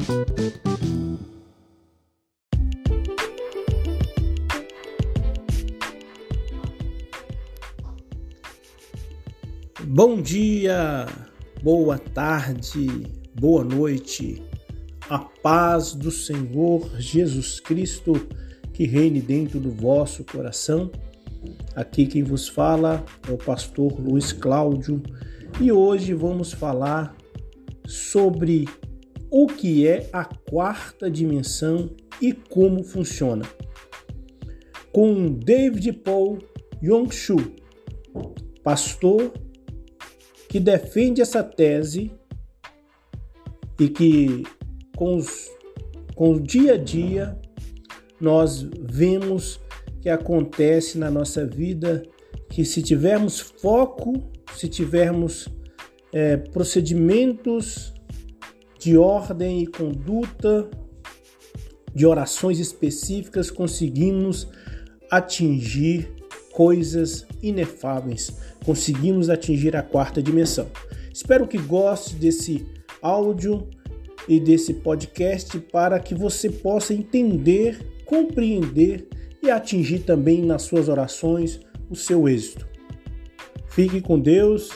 Bom dia, boa tarde, boa noite, a paz do Senhor Jesus Cristo que reine dentro do vosso coração. Aqui quem vos fala é o pastor Luiz Cláudio e hoje vamos falar sobre o que é a quarta dimensão e como funciona. Com David Paul Yong-Soo, pastor que defende essa tese e que com o dia a dia nós vemos que acontece na nossa vida, que se tivermos foco, se tivermos procedimentos de ordem e conduta, de orações específicas, conseguimos atingir coisas inefáveis, conseguimos atingir a quarta dimensão. Espero que goste desse áudio e desse podcast para que você possa entender, compreender e atingir também nas suas orações o seu êxito. Fique com Deus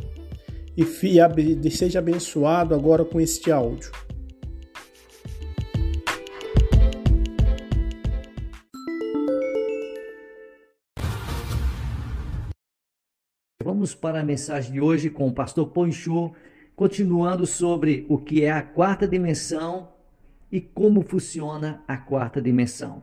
e seja abençoado agora com este áudio. Vamos para a mensagem de hoje com o pastor Paul Yong-Soo, continuando sobre o que é a quarta dimensão e como funciona a quarta dimensão.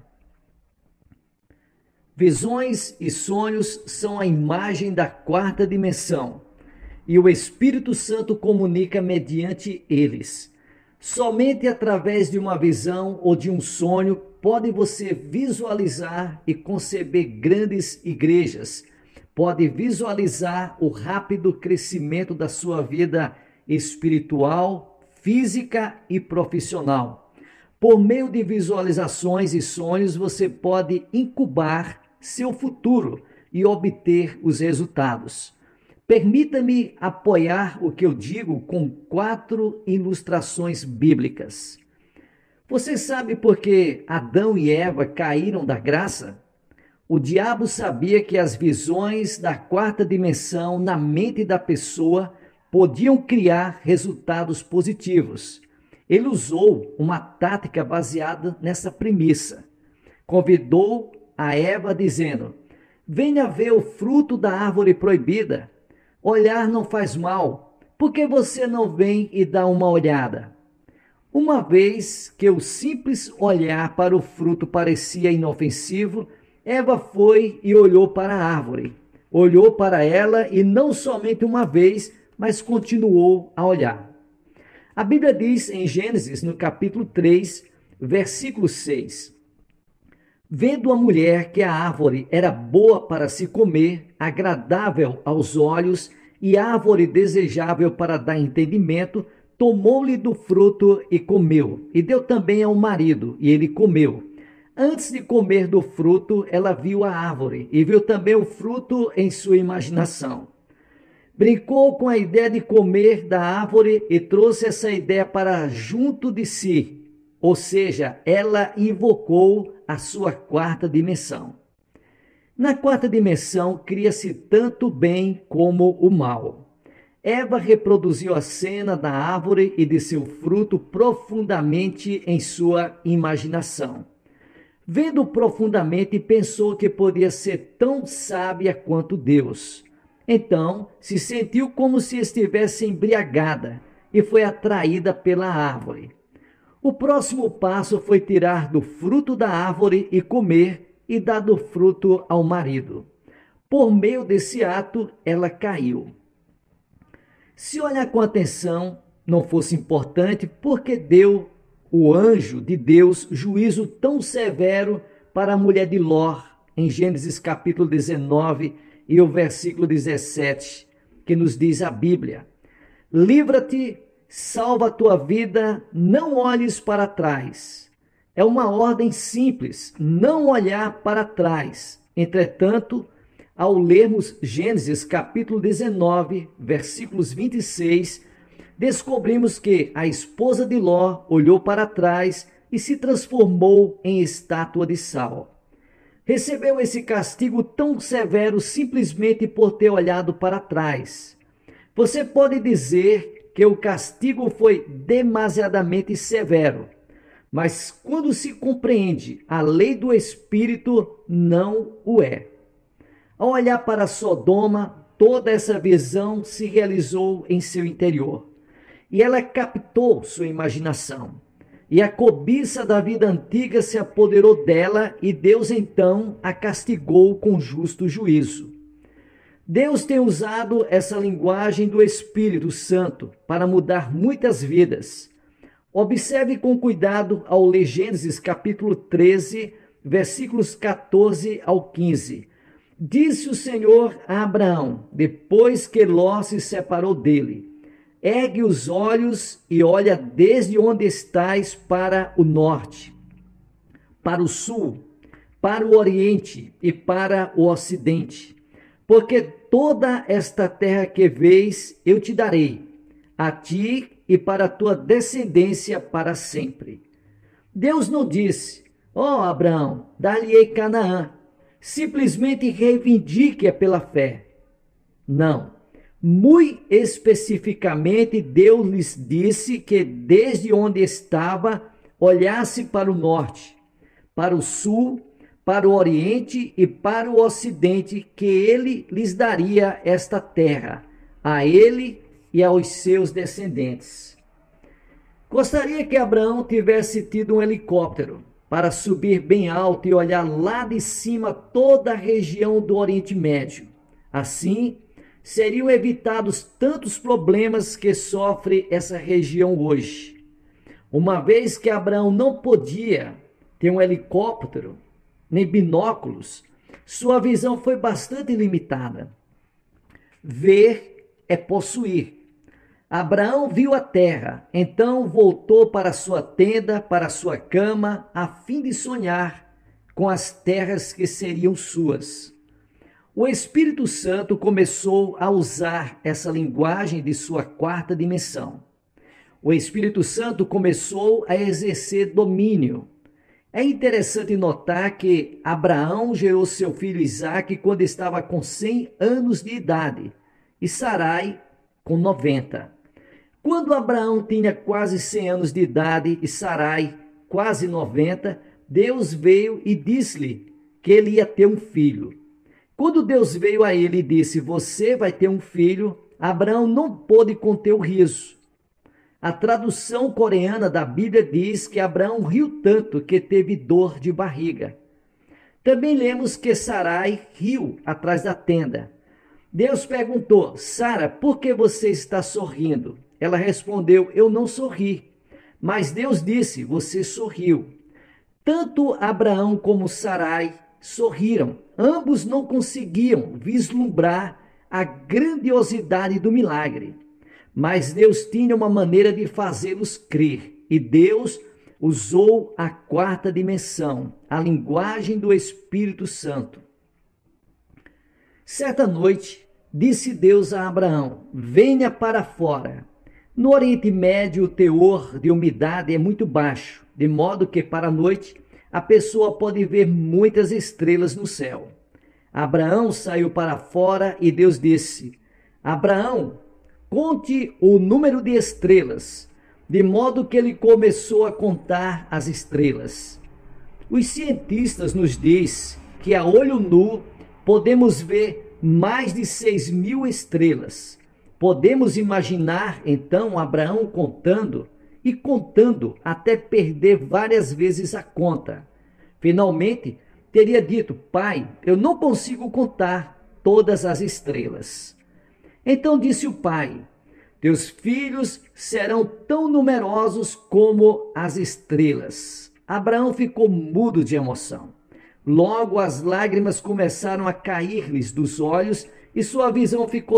Visões e sonhos são a imagem da quarta dimensão e o Espírito Santo comunica mediante eles. Somente através de uma visão ou de um sonho pode você visualizar e conceber grandes igrejas. Pode visualizar o rápido crescimento da sua vida espiritual, física e profissional. Por meio de visualizações e sonhos, você pode incubar seu futuro e obter os resultados. Permita-me apoiar o que eu digo com 4 ilustrações bíblicas. Você sabe por que Adão e Eva caíram da graça? O diabo sabia que as visões da quarta dimensão na mente da pessoa podiam criar resultados positivos. Ele usou uma tática baseada nessa premissa. Convidou a Eva dizendo: venha ver o fruto da árvore proibida. Olhar não faz mal. Por que você não vem e dá uma olhada? Uma vez que o simples olhar para o fruto parecia inofensivo, Eva foi e olhou para a árvore. Olhou para ela e não somente uma vez, mas continuou a olhar. A Bíblia diz em Gênesis, no capítulo 3, versículo 6: vendo a mulher que a árvore era boa para se comer, agradável aos olhos e árvore desejável para dar entendimento, tomou-lhe do fruto e comeu, e deu também ao marido, e ele comeu. Antes de comer do fruto, ela viu a árvore e viu também o fruto em sua imaginação. Brincou com a ideia de comer da árvore e trouxe essa ideia para junto de si, ou seja, ela invocou a sua quarta dimensão. Na quarta dimensão, cria-se tanto o bem como o mal. Eva reproduziu a cena da árvore e de seu fruto profundamente em sua imaginação. Vendo profundamente, pensou que podia ser tão sábia quanto Deus. Então, se sentiu como se estivesse embriagada e foi atraída pela árvore. O próximo passo foi tirar do fruto da árvore e comer e dar do fruto ao marido. Por meio desse ato, ela caiu. Se olhar com atenção não fosse importante, por que deu o anjo de Deus juízo tão severo para a mulher de Ló, em Gênesis capítulo 19 e o versículo 17, que nos diz a Bíblia: livra-te, salva a tua vida, não olhes para trás. É uma ordem simples, não olhar para trás. Entretanto, ao lermos Gênesis capítulo 19, versículos 26, descobrimos que a esposa de Ló olhou para trás e se transformou em estátua de sal. Recebeu esse castigo tão severo simplesmente por ter olhado para trás. Você pode dizer que o castigo foi demasiadamente severo, mas quando se compreende a lei do Espírito, não o é. Ao olhar para Sodoma, toda essa visão se realizou em seu interior, e ela captou sua imaginação. E a cobiça da vida antiga se apoderou dela, e Deus então a castigou com justo juízo. Deus tem usado essa linguagem do Espírito Santo para mudar muitas vidas. Observe com cuidado ao ler Gênesis capítulo 13, versículos 14 ao 15. Disse o Senhor a Abraão, depois que Ló se separou dele: ergue os olhos e olha desde onde estás para o norte, para o sul, para o oriente e para o ocidente. Porque toda esta terra que vês eu te darei, a ti e para a tua descendência para sempre. Deus não disse: ó Abraão, dar-lhe-ei Canaã. Simplesmente reivindique-a pela fé. Não. Muito especificamente, Deus lhes disse que desde onde estava, olhasse para o norte, para o sul, para o oriente e para o ocidente, que ele lhes daria esta terra, a ele e aos seus descendentes. Gostaria que Abraão tivesse tido um helicóptero para subir bem alto e olhar lá de cima toda a região do Oriente Médio. Assim, seriam evitados tantos problemas que sofre essa região hoje. Uma vez que Abraão não podia ter um helicóptero, nem binóculos, sua visão foi bastante limitada. Ver é possuir. Abraão viu a terra, então voltou para sua tenda, para sua cama, a fim de sonhar com as terras que seriam suas. O Espírito Santo começou a usar essa linguagem de sua quarta dimensão. O Espírito Santo começou a exercer domínio. É interessante notar que Abraão gerou seu filho Isaque quando estava com 100 anos de idade e Sarai com 90. Quando Abraão tinha quase 100 anos de idade e Sarai quase 90, Deus veio e disse-lhe que ele ia ter um filho. Quando Deus veio a ele e disse: você vai ter um filho, Abraão não pôde conter o riso. A tradução coreana da Bíblia diz que Abraão riu tanto que teve dor de barriga. Também lemos que Sarai riu atrás da tenda. Deus perguntou: Sara, por que você está sorrindo? Ela respondeu: eu não sorri. Mas Deus disse: você sorriu. Tanto Abraão como Sarai sorriram. Ambos não conseguiam vislumbrar a grandiosidade do milagre. Mas Deus tinha uma maneira de fazê-los crer. E Deus usou a quarta dimensão, a linguagem do Espírito Santo. Certa noite, disse Deus a Abraão: venha para fora. No Oriente Médio, o teor de umidade é muito baixo, de modo que para a noite a pessoa pode ver muitas estrelas no céu. Abraão saiu para fora e Deus disse: Abraão, conte o número de estrelas, de modo que ele começou a contar as estrelas. Os cientistas nos dizem que a olho nu podemos ver mais de 6.000 estrelas. Podemos imaginar então Abraão contando e contando até perder várias vezes a conta. Finalmente, teria dito: Pai, eu não consigo contar todas as estrelas. Então disse o pai: teus filhos serão tão numerosos como as estrelas. Abraão ficou mudo de emoção. Logo as lágrimas começaram a cair-lhes dos olhos e sua visão ficou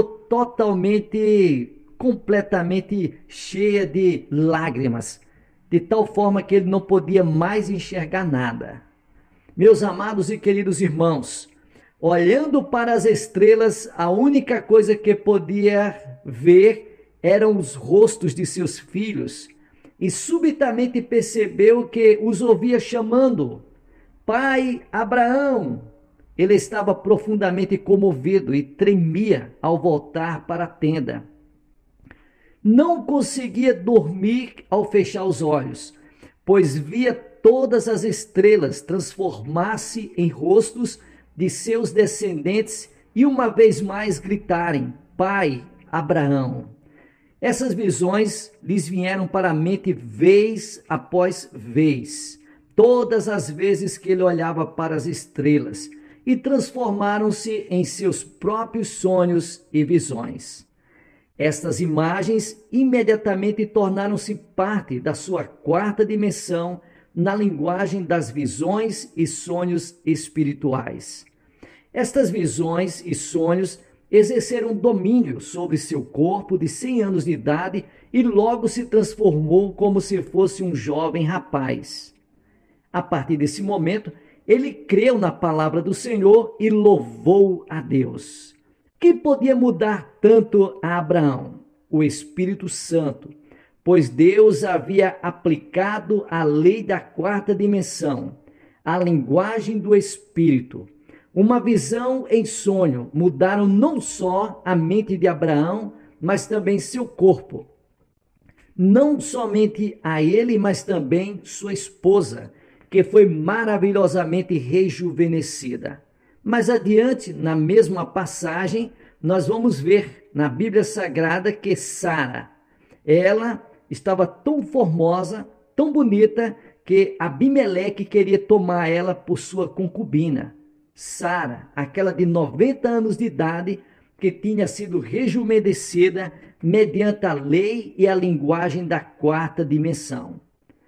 completamente cheia de lágrimas, de tal forma que ele não podia mais enxergar nada. Meus amados e queridos irmãos, olhando para as estrelas, a única coisa que podia ver eram os rostos de seus filhos e subitamente percebeu que os ouvia chamando: Pai Abraão! Ele estava profundamente comovido e tremia ao voltar para a tenda. Não conseguia dormir ao fechar os olhos, pois via todas as estrelas transformar-se em rostos de seus descendentes e uma vez mais gritarem: Pai Abraão! Essas visões lhes vieram para a mente vez após vez, todas as vezes que ele olhava para as estrelas, e transformaram-se em seus próprios sonhos e visões. Estas imagens imediatamente tornaram-se parte da sua quarta dimensão na linguagem das visões e sonhos espirituais. Estas visões e sonhos exerceram domínio sobre seu corpo de 100 anos de idade e logo se transformou como se fosse um jovem rapaz. A partir desse momento, ele creu na palavra do Senhor e louvou a Deus. Que podia mudar tanto a Abraão? O Espírito Santo, pois Deus havia aplicado a lei da quarta dimensão, a linguagem do Espírito. Uma visão em sonho mudaram não só a mente de Abraão, mas também seu corpo. Não somente a ele, mas também sua esposa, que foi maravilhosamente rejuvenescida. Mais adiante, na mesma passagem, nós vamos ver na Bíblia Sagrada que Sara, ela estava tão formosa, tão bonita, que Abimeleque queria tomar ela por sua concubina. Sara, aquela de 90 anos de idade, que tinha sido rejuvenescida mediante a lei e a linguagem da quarta dimensão.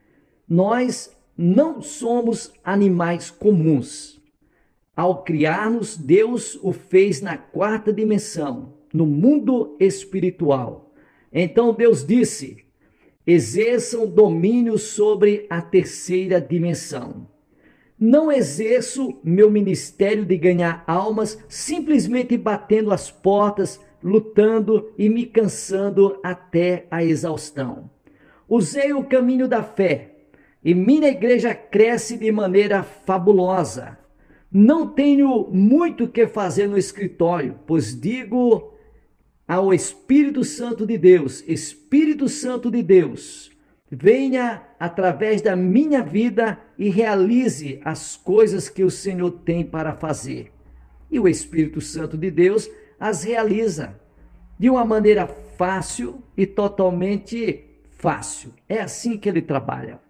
Nós não somos animais comuns. Ao criar-nos, Deus o fez na quarta dimensão, no mundo espiritual. Então Deus disse: exerçam domínio sobre a terceira dimensão. Não exerço meu ministério de ganhar almas simplesmente batendo as portas, lutando e me cansando até a exaustão. Usei o caminho da fé e minha igreja cresce de maneira fabulosa. Não tenho muito o que fazer no escritório, pois digo ao Espírito Santo de Deus: Espírito Santo de Deus, venha através da minha vida e realize as coisas que o Senhor tem para fazer. E o Espírito Santo de Deus as realiza de uma maneira fácil e totalmente fácil. É assim que ele trabalha.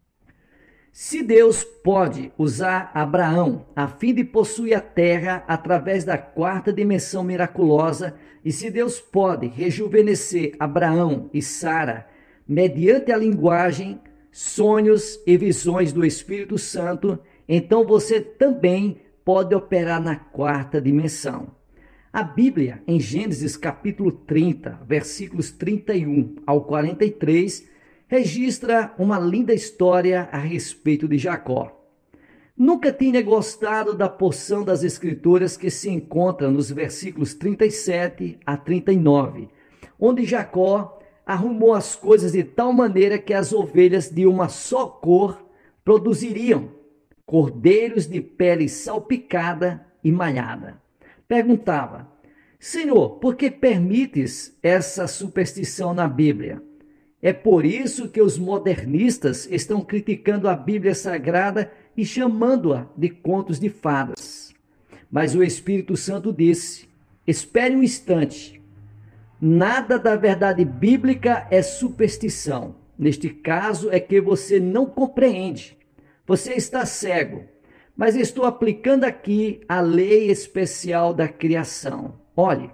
Se Deus pode usar Abraão a fim de possuir a terra através da quarta dimensão miraculosa, e se Deus pode rejuvenescer Abraão e Sara mediante a linguagem, sonhos e visões do Espírito Santo, então você também pode operar na quarta dimensão. A Bíblia, em Gênesis capítulo 30, versículos 31 ao 43, registra uma linda história a respeito de Jacó. Nunca tinha gostado da porção das Escrituras que se encontra nos versículos 37 a 39, onde Jacó arrumou as coisas de tal maneira que as ovelhas de uma só cor produziriam cordeiros de pele salpicada e malhada. Perguntava: Senhor, por que permites essa superstição na Bíblia? É por isso que os modernistas estão criticando a Bíblia Sagrada e chamando-a de contos de fadas. Mas o Espírito Santo disse: espere um instante. Nada da verdade bíblica é superstição. Neste caso é que você não compreende. Você está cego. Mas estou aplicando aqui a lei especial da criação. Olhe.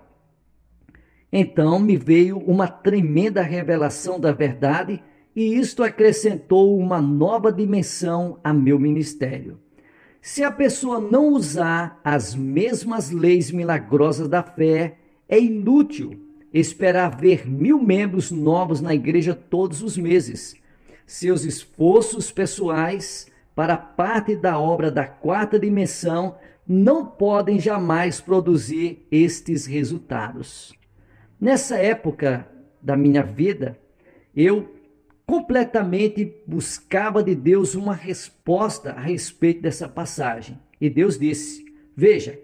Então me veio uma tremenda revelação da verdade e isto acrescentou uma nova dimensão a meu ministério. Se a pessoa não usar as mesmas leis milagrosas da fé, é inútil esperar ver 1000 membros novos na igreja todos os meses. Seus esforços pessoais para parte da obra da quarta dimensão não podem jamais produzir estes resultados. Nessa época da minha vida, eu completamente buscava de Deus uma resposta a respeito dessa passagem. E Deus disse: veja,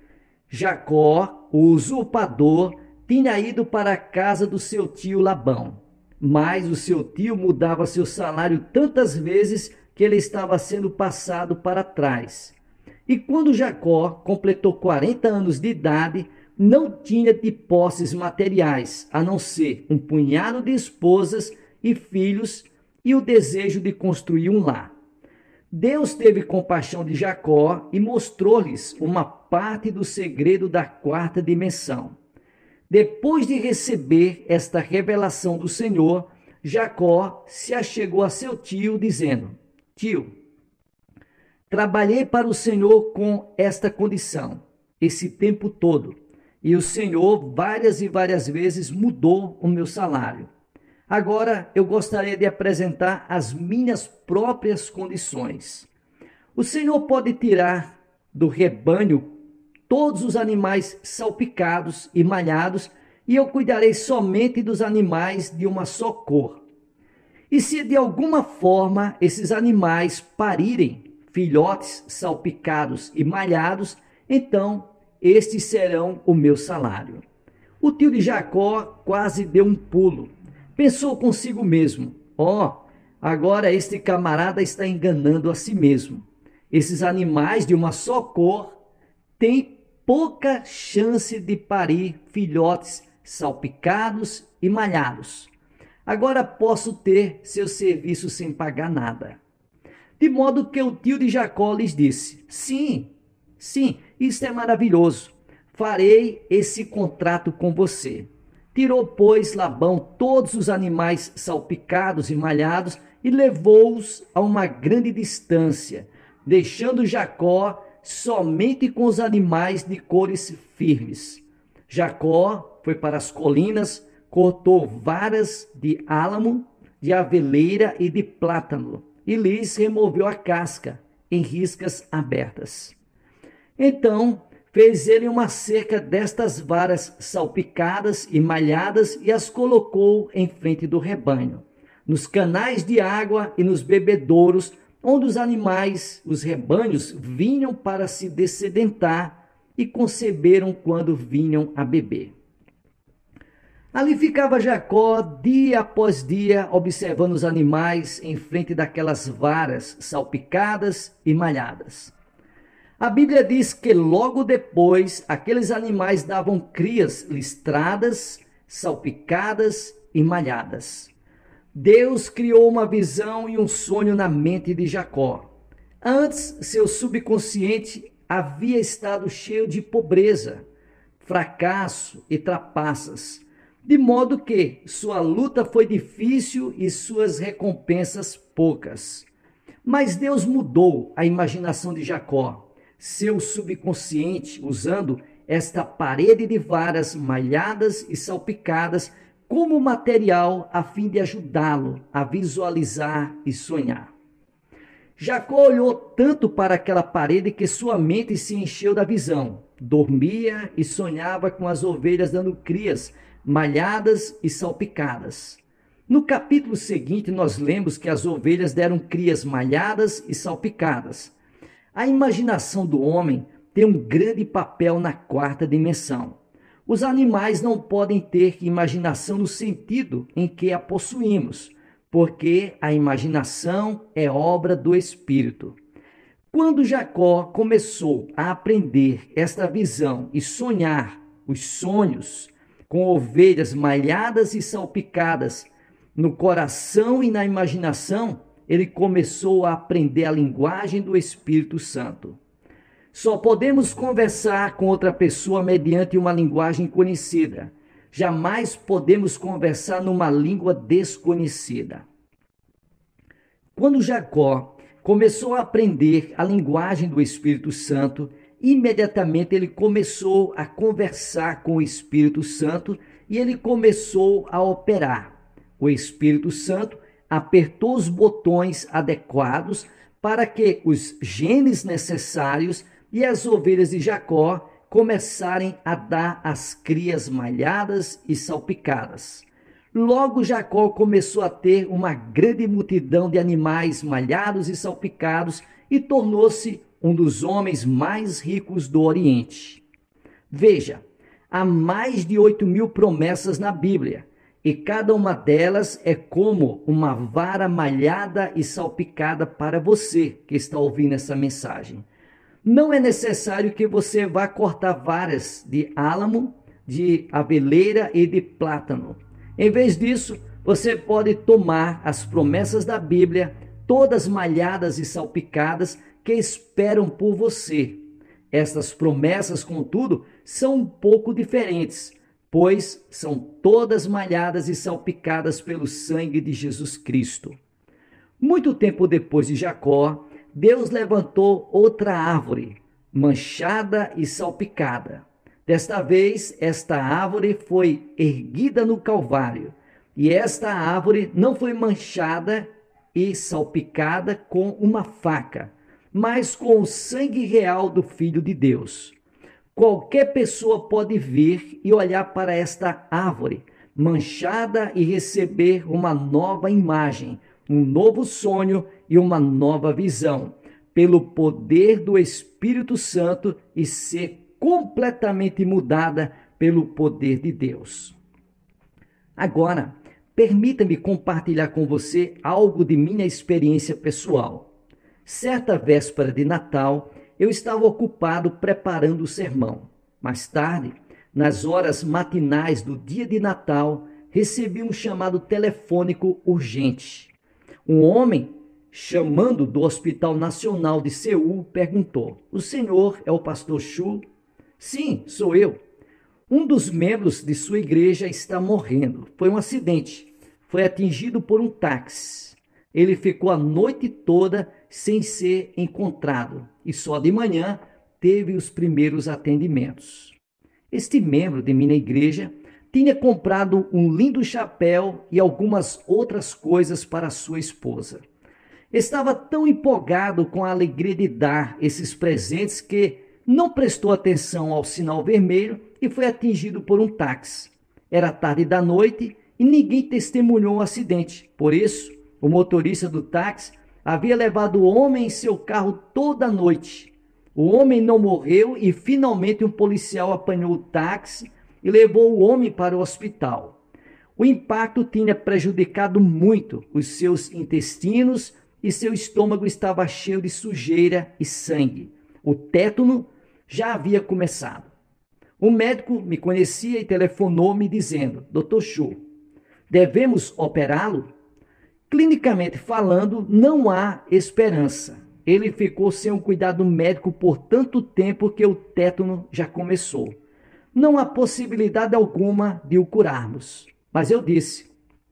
Jacó, o usurpador, tinha ido para a casa do seu tio Labão, mas o seu tio mudava seu salário tantas vezes que ele estava sendo passado para trás. E quando Jacó completou 40 anos de idade, não tinha de posses materiais, a não ser um punhado de esposas e filhos e o desejo de construir um lar. Deus teve compaixão de Jacó e mostrou-lhes uma parte do segredo da quarta dimensão. Depois de receber esta revelação do Senhor, Jacó se achegou a seu tio, dizendo: tio, trabalhei para o Senhor com esta condição, esse tempo todo, e o Senhor várias e várias vezes mudou o meu salário. Agora eu gostaria de apresentar as minhas próprias condições. O Senhor pode tirar do rebanho todos os animais salpicados e malhados, e eu cuidarei somente dos animais de uma só cor. E se de alguma forma esses animais parirem filhotes salpicados e malhados, então estes serão o meu salário. O tio de Jacó quase deu um pulo. Pensou consigo mesmo: agora este camarada está enganando a si mesmo. Esses animais de uma só cor têm pouca chance de parir filhotes salpicados e malhados. Agora posso ter seu serviço sem pagar nada. De modo que o tio de Jacó lhes disse: sim, isso é maravilhoso. Farei esse contrato com você. Tirou, pois, Labão todos os animais salpicados e malhados e levou-os a uma grande distância, deixando Jacó somente com os animais de cores firmes. Jacó foi para as colinas, cortou varas de álamo, de aveleira e de plátano, e lhes removeu a casca em riscas abertas. Então fez ele uma cerca destas varas salpicadas e malhadas e as colocou em frente do rebanho, nos canais de água e nos bebedouros, onde os animais, os rebanhos, vinham para se dessedentar e conceberam quando vinham a beber. Ali ficava Jacó dia após dia, observando os animais em frente daquelas varas salpicadas e malhadas. A Bíblia diz que logo depois aqueles animais davam crias listradas, salpicadas e malhadas. Deus criou uma visão e um sonho na mente de Jacó. Antes, seu subconsciente havia estado cheio de pobreza, fracasso e trapaças, de modo que sua luta foi difícil e suas recompensas poucas. Mas Deus mudou a imaginação de Jacó, seu subconsciente, usando esta parede de varas malhadas e salpicadas como material a fim de ajudá-lo a visualizar e sonhar. Jacó olhou tanto para aquela parede que sua mente se encheu da visão. Dormia e sonhava com as ovelhas dando crias, malhadas e salpicadas. No capítulo seguinte, nós lemos que as ovelhas deram crias malhadas e salpicadas. A imaginação do homem tem um grande papel na quarta dimensão. Os animais não podem ter imaginação no sentido em que a possuímos, porque a imaginação é obra do Espírito. Quando Jacó começou a aprender esta visão e sonhar os sonhos com ovelhas malhadas e salpicadas no coração e na imaginação, ele começou a aprender a linguagem do Espírito Santo. Só podemos conversar com outra pessoa mediante uma linguagem conhecida. Jamais podemos conversar numa língua desconhecida. Quando Jacó começou a aprender a linguagem do Espírito Santo, imediatamente ele começou a conversar com o Espírito Santo e ele começou a operar. O Espírito Santo apertou os botões adequados para que os genes necessários e as ovelhas de Jacó começarem a dar as crias malhadas e salpicadas. Logo Jacó começou a ter uma grande multidão de animais malhados e salpicados e tornou-se um dos homens mais ricos do Oriente. Veja, há mais de 8.000 promessas na Bíblia, e cada uma delas é como uma vara malhada e salpicada para você que está ouvindo essa mensagem. Não é necessário que você vá cortar varas de álamo, de abeleira e de plátano. Em vez disso, você pode tomar as promessas da Bíblia, todas malhadas e salpicadas, que esperam por você. Estas promessas, contudo, são um pouco diferentes, pois são todas malhadas e salpicadas pelo sangue de Jesus Cristo. Muito tempo depois de Jacó, Deus levantou outra árvore, manchada e salpicada. Desta vez, esta árvore foi erguida no Calvário, e esta árvore não foi manchada e salpicada com uma faca, mas com o sangue real do Filho de Deus. Qualquer pessoa pode vir e olhar para esta árvore manchada e receber uma nova imagem, um novo sonho e uma nova visão, pelo poder do Espírito Santo, e ser completamente mudada pelo poder de Deus. Agora, permita-me compartilhar com você algo de minha experiência pessoal. Certa véspera de Natal, eu estava ocupado preparando o sermão. Mais tarde, nas horas matinais do dia de Natal, recebi um chamado telefônico urgente. Um homem, chamando do Hospital Nacional de Seul, perguntou: "O senhor é o pastor Chu?" "Sim, sou eu." "Um dos membros de sua igreja está morrendo. Foi um acidente. Foi atingido por um táxi. Ele ficou a noite toda sem ser encontrado e só de manhã teve os primeiros atendimentos." Este membro de minha igreja tinha comprado um lindo chapéu e algumas outras coisas para sua esposa. Estava tão empolgado com a alegria de dar esses presentes que não prestou atenção ao sinal vermelho e foi atingido por um táxi. Era tarde da noite e ninguém testemunhou o acidente. Por isso, o motorista do táxi havia levado o homem em seu carro toda a noite. O homem não morreu e finalmente um policial apanhou o táxi e levou o homem para o hospital. O impacto tinha prejudicado muito os seus intestinos e seu estômago estava cheio de sujeira e sangue. O tétano já havia começado. O médico me conhecia e telefonou me dizendo: "Dr. Chu, devemos operá-lo?" Clinicamente falando, não há esperança. Ele ficou sem um cuidado médico por tanto tempo que o tétano já começou. Não há possibilidade alguma de o curarmos. Mas eu disse: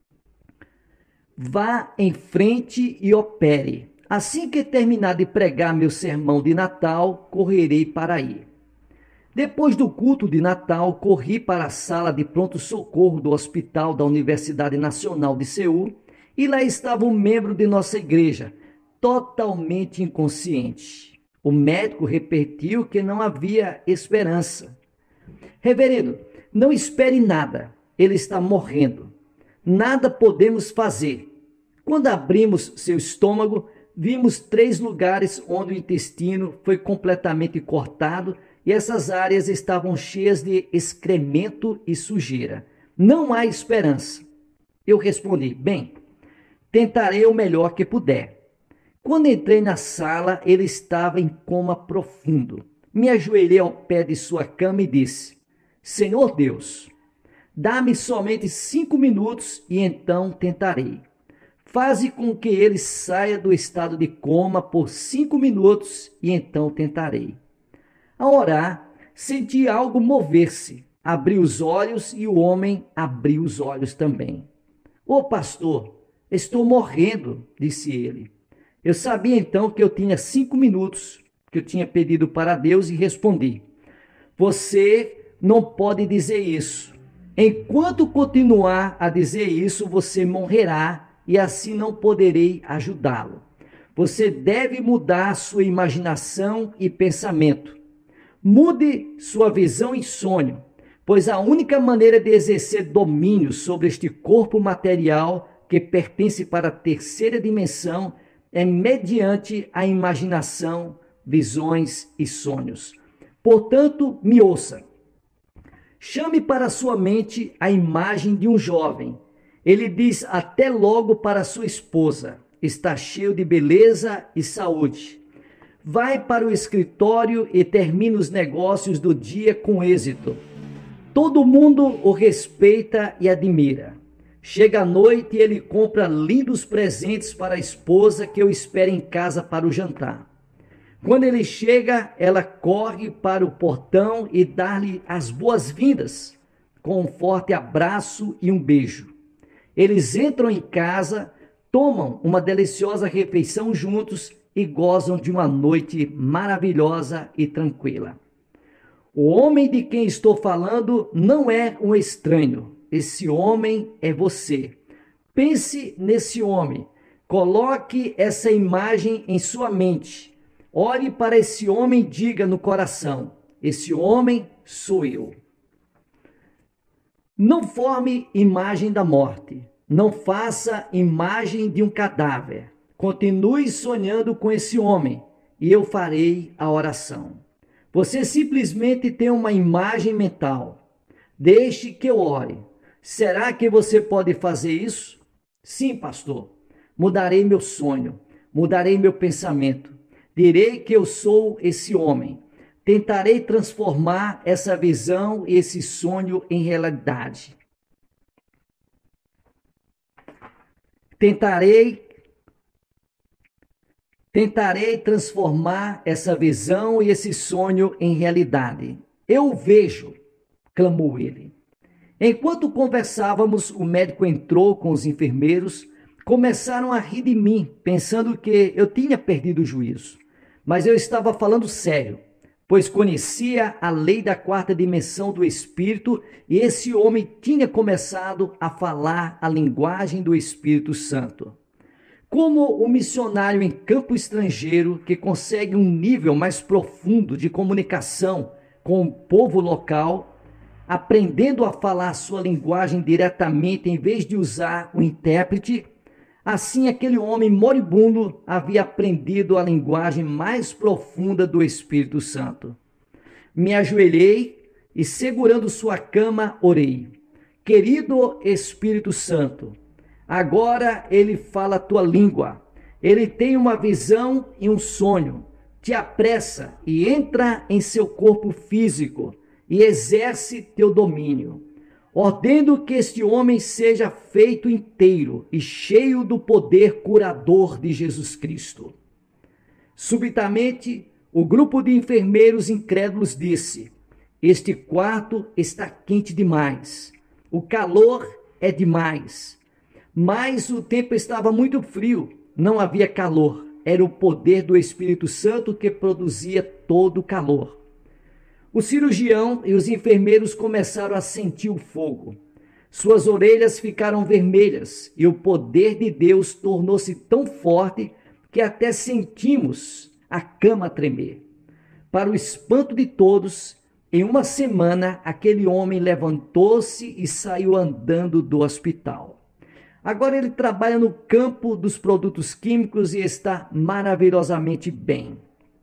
"Vá em frente e opere. Assim que terminar de pregar meu sermão de Natal, correrei para aí." Depois do culto de Natal, corri para a sala de pronto-socorro do Hospital da Universidade Nacional de Seul e lá estava um membro de nossa igreja, totalmente inconsciente. O médico repetiu que não havia esperança. "Reverendo, não espere nada. Ele está morrendo. Nada podemos fazer." Quando abrimos seu estômago, vimos 3 lugares onde o intestino foi completamente cortado e essas áreas estavam cheias de excremento e sujeira. "Não há esperança." Eu respondi: "Bem, tentarei o melhor que puder." Quando entrei na sala, ele estava em coma profundo. Me ajoelhei ao pé de sua cama e disse: "Senhor Deus, dá-me somente 5 minutos e então tentarei. Faze com que ele saia do estado de coma por 5 minutos e então tentarei." Ao orar, senti algo mover-se. Abri os olhos e o homem abriu os olhos também. "Ô pastor, estou morrendo", disse ele. Eu sabia então que eu tinha 5 minutos que eu tinha pedido para Deus e respondi: "Você não pode dizer isso. Enquanto continuar a dizer isso, você morrerá e assim não poderei ajudá-lo. Você deve mudar sua imaginação e pensamento. Mude sua visão e sonho. pois a única maneira de exercer domínio sobre este corpo material que pertence para a terceira dimensão é mediante a imaginação, visões e sonhos. Portanto, me ouça. Chame para sua mente a imagem de um jovem. Ele diz até logo para sua esposa: está cheio de beleza e saúde. Vai para o escritório e termina os negócios do dia com êxito. Todo mundo o respeita e admira. Chega à noite e ele compra lindos presentes para a esposa que o espera em casa para o jantar. Quando ele chega, ela corre para o portão e dá-lhe as boas-vindas, com um forte abraço e um beijo. Eles entram em casa, tomam uma deliciosa refeição juntos e gozam de uma noite maravilhosa e tranquila. O homem de quem estou falando não é um estranho. Esse homem é você. Pense nesse homem. Coloque essa imagem em sua mente. Olhe para esse homem e diga no coração: esse homem sou eu. Não forme imagem da morte. Não faça imagem de um cadáver. Continue sonhando com esse homem e eu farei a oração. Você simplesmente tem uma imagem mental. Deixe que eu ore. Será que você pode fazer isso? Sim, pastor. Mudarei meu sonho. Mudarei meu pensamento. Direi que eu sou esse homem. Tentarei transformar essa visão e esse sonho em realidade. Tentarei transformar essa visão e esse sonho em realidade. Eu vejo, clamou ele. Enquanto conversávamos, o médico entrou com os enfermeiros. Começaram a rir de mim, pensando que eu tinha perdido o juízo. Mas eu estava falando sério, pois conhecia a lei da quarta dimensão do Espírito e esse homem tinha começado a falar a linguagem do Espírito Santo. Como o missionário em campo estrangeiro que consegue um nível mais profundo de comunicação com o povo local, aprendendo a falar sua linguagem diretamente em vez de usar o intérprete, assim aquele homem moribundo havia aprendido a linguagem mais profunda do Espírito Santo. Me ajoelhei e, segurando sua cama, orei. Querido Espírito Santo, agora ele fala a tua língua. Ele tem uma visão e um sonho. Te apressa e entra em seu corpo físico e exerce teu domínio. Ordeno que este homem seja feito inteiro e cheio do poder curador de Jesus Cristo. Subitamente, o grupo de enfermeiros incrédulos disse: este quarto está quente demais. O calor é demais. Mas o tempo estava muito frio. Não havia calor. Era o poder do Espírito Santo que produzia todo o calor. O cirurgião e os enfermeiros começaram a sentir o fogo. Suas orelhas ficaram vermelhas e o poder de Deus tornou-se tão forte que até sentimos a cama tremer. Para o espanto de todos, em uma semana, aquele homem levantou-se e saiu andando do hospital. Agora ele trabalha no campo dos produtos químicos e está maravilhosamente bem.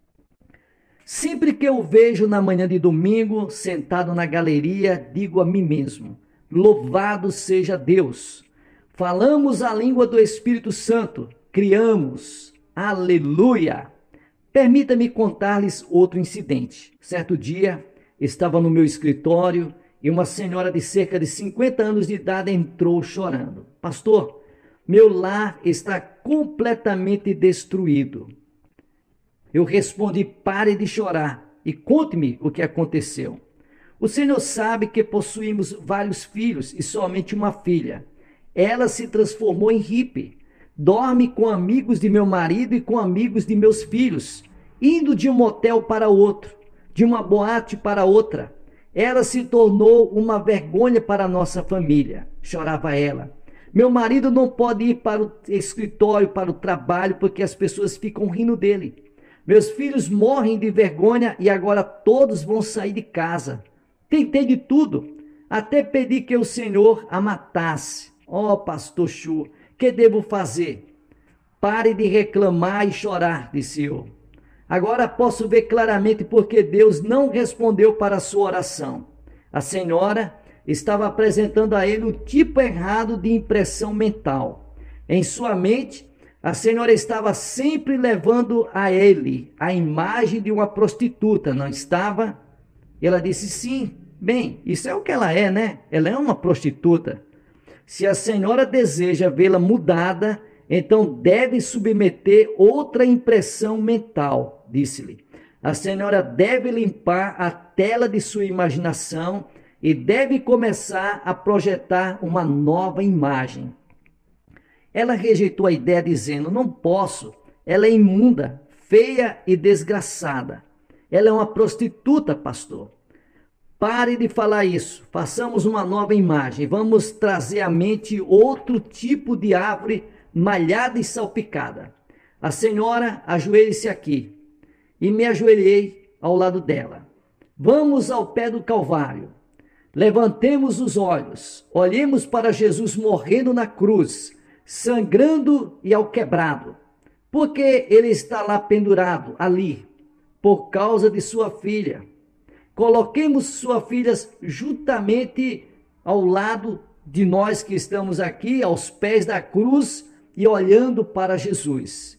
Sempre que eu vejo na manhã de domingo, sentado na galeria, digo a mim mesmo: louvado seja Deus. Falamos a língua do Espírito Santo, criamos. Aleluia! Permita-me contar-lhes outro incidente. Certo dia, estava no meu escritório e uma senhora de cerca de 50 anos de idade entrou chorando. Pastor, meu lar está completamente destruído. Eu respondi: pare de chorar e conte-me o que aconteceu. O senhor sabe que possuímos vários filhos e somente uma filha. Ela se transformou em hippie. Dorme com amigos de meu marido e com amigos de meus filhos, indo de um motel para outro, de uma boate para outra. Ela se tornou uma vergonha para a nossa família, chorava ela. Meu marido não pode ir para o escritório, para o trabalho, porque as pessoas ficam rindo dele. Meus filhos morrem de vergonha e agora todos vão sair de casa. Tentei de tudo, até pedi que o Senhor a matasse. Ó, pastor Chu, que devo fazer? Pare de reclamar e chorar, disse eu. Agora posso ver claramente porque Deus não respondeu para a sua oração. A senhora estava apresentando a ele o tipo errado de impressão mental. Em sua mente, a senhora estava sempre levando a ele a imagem de uma prostituta, não estava? Ela disse sim. Bem, isso é o que ela é, né? Ela é uma prostituta. Se a senhora deseja vê-la mudada, então deve submeter outra impressão mental, disse-lhe. A senhora deve limpar a tela de sua imaginação e deve começar a projetar uma nova imagem. Ela rejeitou a ideia dizendo, não posso, ela é imunda, feia e desgraçada. Ela é uma prostituta, pastor. Pare de falar isso, façamos uma nova imagem, vamos trazer à mente outro tipo de árvore malhada e salpicada. A senhora, ajoelhe-se aqui. E me ajoelhei ao lado dela. Vamos ao pé do Calvário. Levantemos os olhos, olhemos para Jesus morrendo na cruz, sangrando e alquebrado. Porque ele está lá pendurado, ali, por causa de sua filha. Coloquemos suas filhas juntamente ao lado de nós que estamos aqui, aos pés da cruz e olhando para Jesus.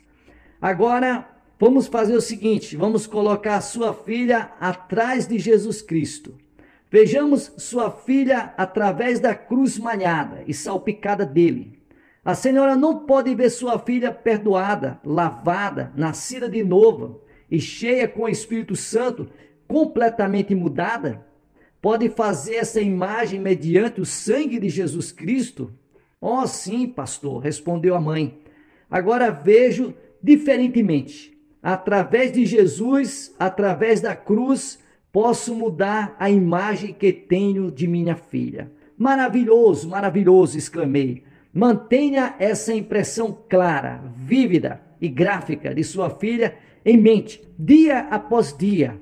Agora, vamos fazer o seguinte, vamos colocar a sua filha atrás de Jesus Cristo. Vejamos sua filha através da cruz malhada e salpicada dele. A senhora não pode ver sua filha perdoada, lavada, nascida de novo e cheia com o Espírito Santo, completamente mudada? Pode fazer essa imagem mediante o sangue de Jesus Cristo? Oh, sim, pastor, respondeu a mãe. Agora vejo diferentemente. Através de Jesus, através da cruz, posso mudar a imagem que tenho de minha filha. Maravilhoso, maravilhoso, exclamei. Mantenha essa impressão clara, vívida e gráfica de sua filha em mente, dia após dia.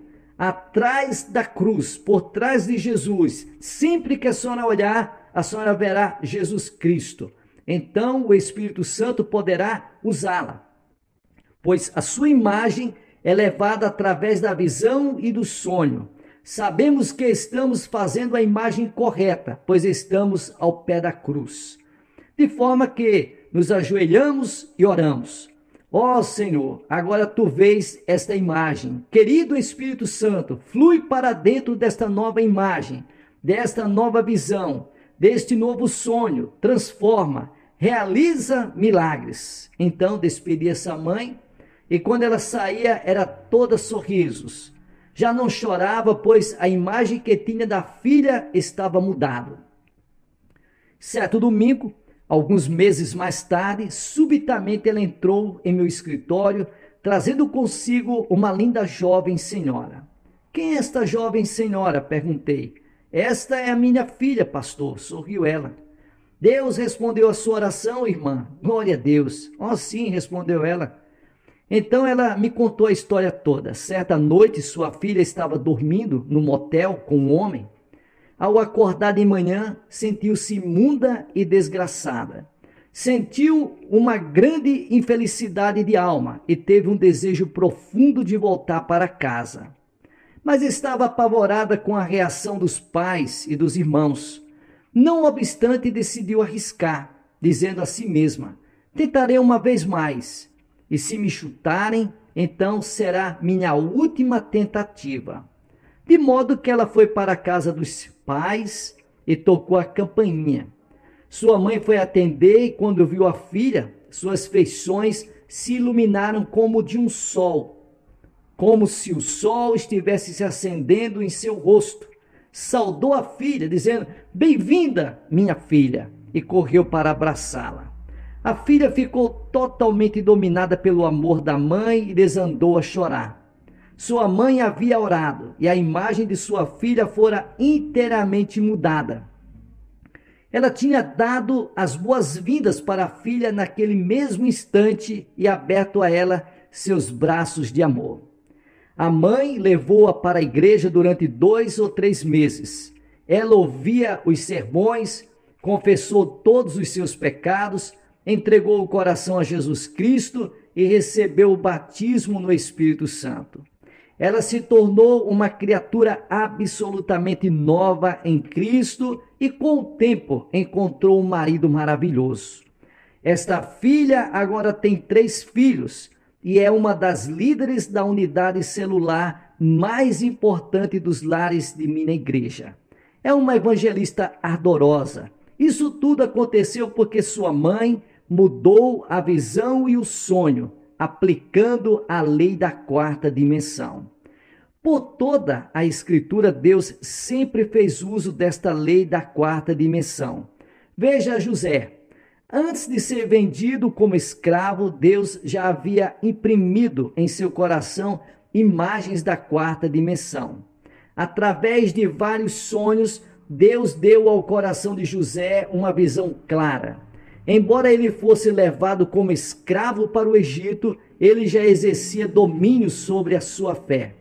Atrás da cruz, por trás de Jesus, sempre que a senhora olhar, a senhora verá Jesus Cristo. Então o Espírito Santo poderá usá-la, pois a sua imagem é levada através da visão e do sonho. Sabemos que estamos fazendo a imagem correta, pois estamos ao pé da cruz. De forma que nos ajoelhamos e oramos. Ó Senhor, agora tu vês esta imagem. Querido Espírito Santo, flui para dentro desta nova imagem, desta nova visão, deste novo sonho, transforma, realiza milagres. Então despedi essa mãe e quando ela saía era toda sorrisos. Já não chorava, pois a imagem que tinha da filha estava mudada. Certo domingo, alguns meses mais tarde, subitamente ela entrou em meu escritório, trazendo consigo uma linda jovem senhora. Quem é esta jovem senhora? Perguntei. Esta é a minha filha, pastor, sorriu ela. Deus respondeu a sua oração, irmã. Glória a Deus. Oh, sim, respondeu ela. Então ela me contou a história toda. Certa noite, sua filha estava dormindo no motel com um homem. Ao acordar de manhã, sentiu-se imunda e desgraçada. Sentiu uma grande infelicidade de alma e teve um desejo profundo de voltar para casa. Mas estava apavorada com a reação dos pais e dos irmãos. Não obstante, decidiu arriscar, dizendo a si mesma, tentarei uma vez mais, e se me chutarem, então será minha última tentativa. De modo que ela foi para a casa dos pais e tocou a campainha. Sua mãe foi atender e quando viu a filha, suas feições se iluminaram como de um sol, como se o sol estivesse se acendendo em seu rosto. Saudou a filha, dizendo, bem-vinda, minha filha, e correu para abraçá-la. A filha ficou totalmente dominada pelo amor da mãe e desandou a chorar. Sua mãe havia orado e a imagem de sua filha fora inteiramente mudada. Ela tinha dado as boas-vindas para a filha naquele mesmo instante e aberto a ela seus braços de amor. A mãe levou-a para a igreja durante 2 ou 3 meses. Ela ouvia os sermões, confessou todos os seus pecados, entregou o coração a Jesus Cristo e recebeu o batismo no Espírito Santo. Ela se tornou uma criatura absolutamente nova em Cristo e, com o tempo, encontrou um marido maravilhoso. Esta filha agora tem 3 filhos e é uma das líderes da unidade celular mais importante dos lares de minha igreja. É uma evangelista ardorosa. Isso tudo aconteceu porque sua mãe mudou a visão e o sonho, aplicando a lei da 4ª dimensão. Por toda a Escritura, Deus sempre fez uso desta lei da 4ª dimensão. Veja José. Antes de ser vendido como escravo, Deus já havia imprimido em seu coração imagens da 4ª dimensão. Através de vários sonhos, Deus deu ao coração de José uma visão clara. Embora ele fosse levado como escravo para o Egito, ele já exercia domínio sobre a sua fé.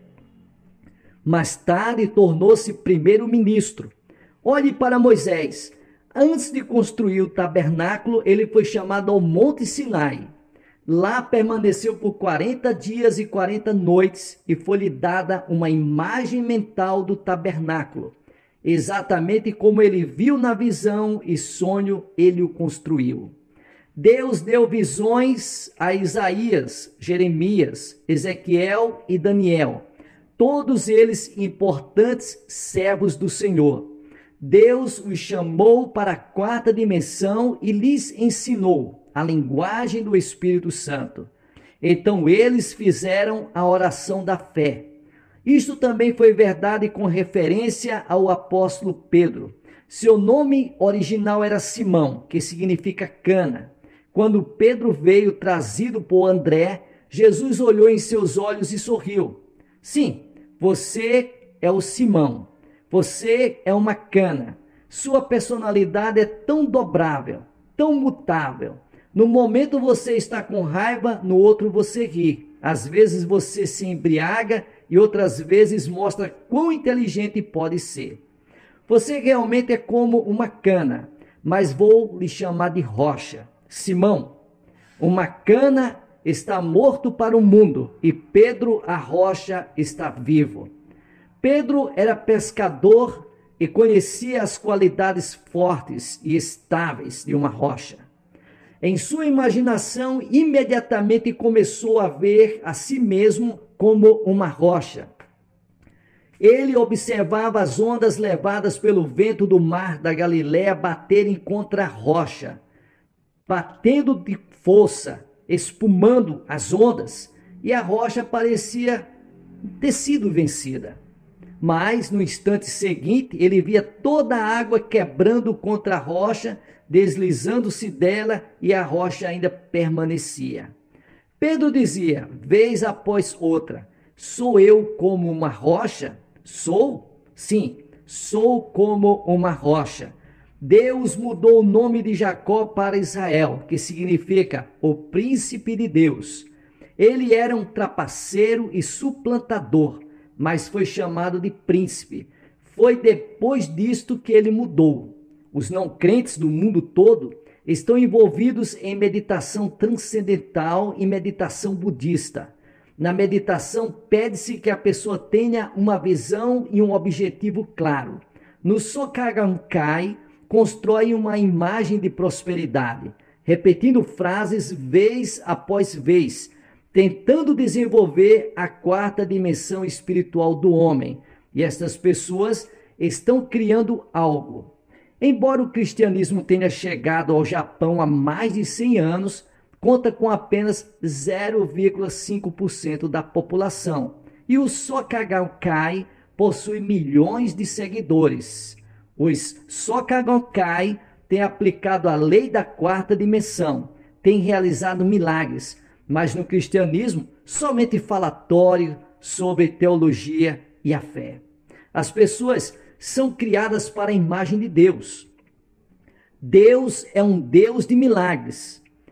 Mais tarde, tornou-se primeiro-ministro. Olhe para Moisés. Antes de construir o tabernáculo, ele foi chamado ao Monte Sinai. Lá permaneceu por 40 dias e 40 noites e foi-lhe dada uma imagem mental do tabernáculo. Exatamente como ele viu na visão e sonho, ele o construiu. Deus deu visões a Isaías, Jeremias, Ezequiel e Daniel, todos eles importantes servos do Senhor. Deus os chamou para a 4ª dimensão e lhes ensinou a linguagem do Espírito Santo. Então eles fizeram a oração da fé. Isto também foi verdade com referência ao apóstolo Pedro. Seu nome original era Simão, que significa cana. Quando Pedro veio trazido por André, Jesus olhou em seus olhos e sorriu. Sim, você é o Simão. Você é uma cana. Sua personalidade é tão dobrável, tão mutável. No momento você está com raiva, no outro você ri. Às vezes você se embriaga e outras vezes mostra quão inteligente pode ser. Você realmente é como uma cana, mas vou lhe chamar de rocha. Simão, uma cana está morto para o mundo e Pedro, a rocha, está vivo. Pedro era pescador e conhecia as qualidades fortes e estáveis de uma rocha. Em sua imaginação, imediatamente começou a ver a si mesmo como uma rocha. Ele observava as ondas levadas pelo vento do mar da Galiléia baterem contra a rocha, batendo de força, espumando as ondas, e a rocha parecia ter sido vencida. Mas, no instante seguinte, ele via toda a água quebrando contra a rocha, deslizando-se dela, e a rocha ainda permanecia. Pedro dizia, vez após outra, sou eu como uma rocha? Sou? Sim, sou como uma rocha. Deus mudou o nome de Jacó para Israel, que significa o príncipe de Deus. Ele era um trapaceiro e suplantador, mas foi chamado de príncipe. Foi depois disto que ele mudou. Os não crentes do mundo todo estão envolvidos em meditação transcendental e meditação budista. Na meditação, pede-se que a pessoa tenha uma visão e um objetivo claro. No Sokagankai, constrói uma imagem de prosperidade, repetindo frases vez após vez, tentando desenvolver a 4ª dimensão espiritual do homem. E estas pessoas estão criando algo. Embora o cristianismo tenha chegado ao Japão há mais de 100 anos, conta com apenas 0,5% da população. E o Sokagankai possui milhões de seguidores. Os Sokagankai têm aplicado a lei da 4ª dimensão, têm realizado milagres, mas no cristianismo somente falatório sobre teologia e a fé. As pessoas são criadas para a imagem de Deus. Deus é um Deus de milagres.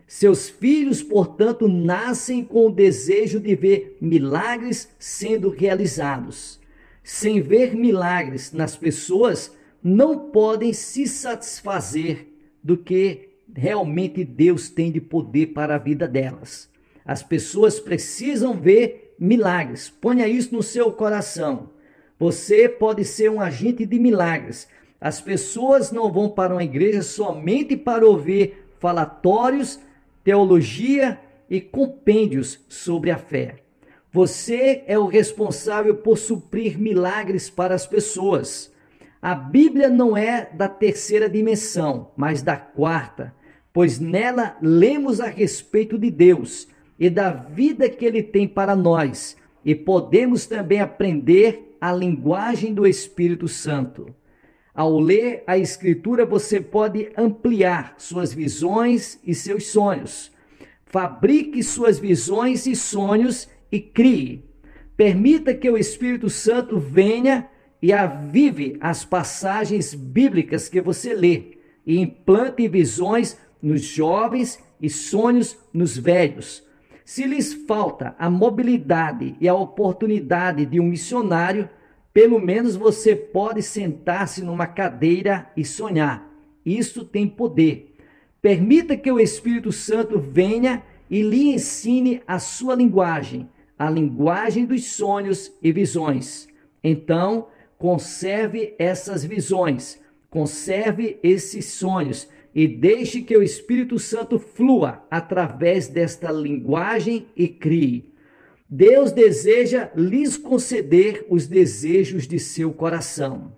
Seus filhos, portanto, nascem com o desejo de ver milagres sendo realizados. Sem ver milagres nas pessoas, não podem se satisfazer do que realmente Deus tem de poder para a vida delas. As pessoas precisam ver milagres. Ponha isso no seu coração. Você pode ser um agente de milagres. As pessoas não vão para uma igreja somente para ouvir falatórios, teologia e compêndios sobre a fé. Você é o responsável por suprir milagres para as pessoas. A Bíblia não é da terceira dimensão, mas da quarta, pois nela lemos a respeito de Deus e da vida que Ele tem para nós, e podemos também aprender a linguagem do Espírito Santo. Ao ler a Escritura, você pode ampliar suas visões e seus sonhos. Fabrique suas visões e sonhos e crie. Permita que o Espírito Santo venha e avive as passagens bíblicas que você lê e implante visões nos jovens e sonhos nos velhos. Se lhes falta a mobilidade e a oportunidade de um missionário, pelo menos você pode sentar-se numa cadeira e sonhar. Isso tem poder. Permita que o Espírito Santo venha e lhe ensine a sua linguagem, a linguagem dos sonhos e visões. Então, conserve essas visões, conserve esses sonhos e deixe que o Espírito Santo flua através desta linguagem e crie. Deus deseja lhes conceder os desejos de seu coração.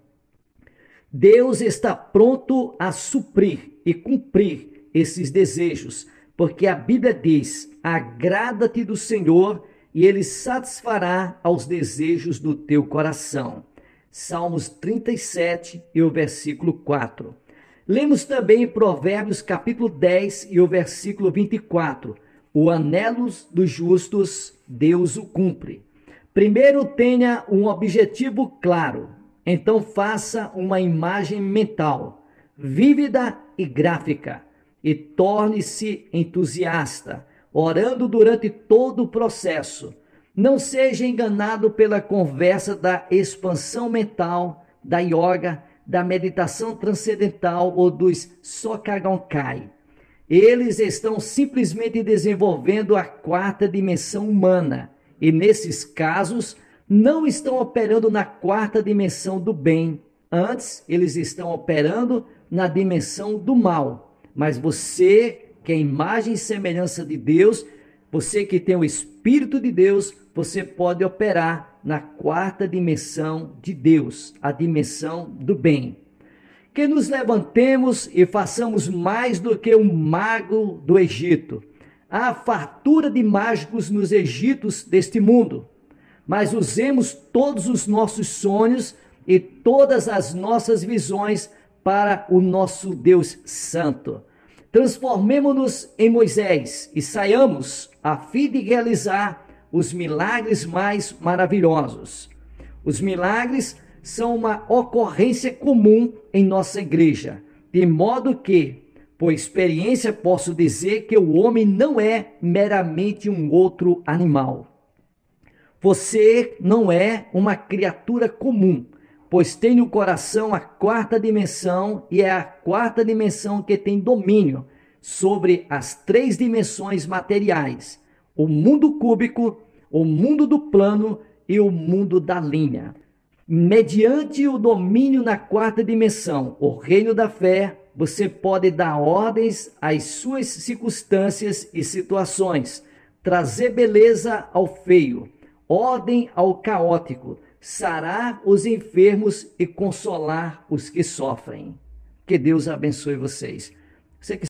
Deus está pronto a suprir e cumprir esses desejos, porque a Bíblia diz: agrada-te do Senhor e Ele satisfará aos desejos do teu coração. Salmos 37 e o versículo 4. Lemos também em Provérbios capítulo 10 e o versículo 24. O anelo dos justos, Deus o cumpre. Primeiro tenha um objetivo claro, então faça uma imagem mental, vívida e gráfica, e torne-se entusiasta, orando durante todo o processo. Não seja enganado pela conversa da expansão mental, da yoga, da meditação transcendental ou dos Sokagonkai. Eles estão simplesmente desenvolvendo a quarta dimensão humana e, nesses casos, não estão operando na quarta dimensão do bem. Antes, eles estão operando na dimensão do mal. Mas você, que é imagem e semelhança de Deus, você que tem o Espírito de Deus, você pode operar na quarta dimensão de Deus, a dimensão do bem. Que nos levantemos e façamos mais do que um mago do Egito. Há fartura de mágicos nos Egitos deste mundo, mas usemos todos os nossos sonhos e todas as nossas visões para o nosso Deus Santo. Transformemo-nos em Moisés e saiamos a fim de realizar os milagres mais maravilhosos. Os milagres são uma ocorrência comum em nossa igreja, de modo que, por experiência, posso dizer que o homem não é meramente um outro animal. Você não é uma criatura comum, pois tem no coração a quarta dimensão e é a quarta dimensão que tem domínio sobre as três dimensões materiais: o mundo cúbico, o mundo do plano e o mundo da linha. Mediante o domínio na quarta dimensão, o reino da fé, você pode dar ordens às suas circunstâncias e situações, trazer beleza ao feio, ordem ao caótico, sarar os enfermos e consolar os que sofrem. Que Deus abençoe vocês. Você que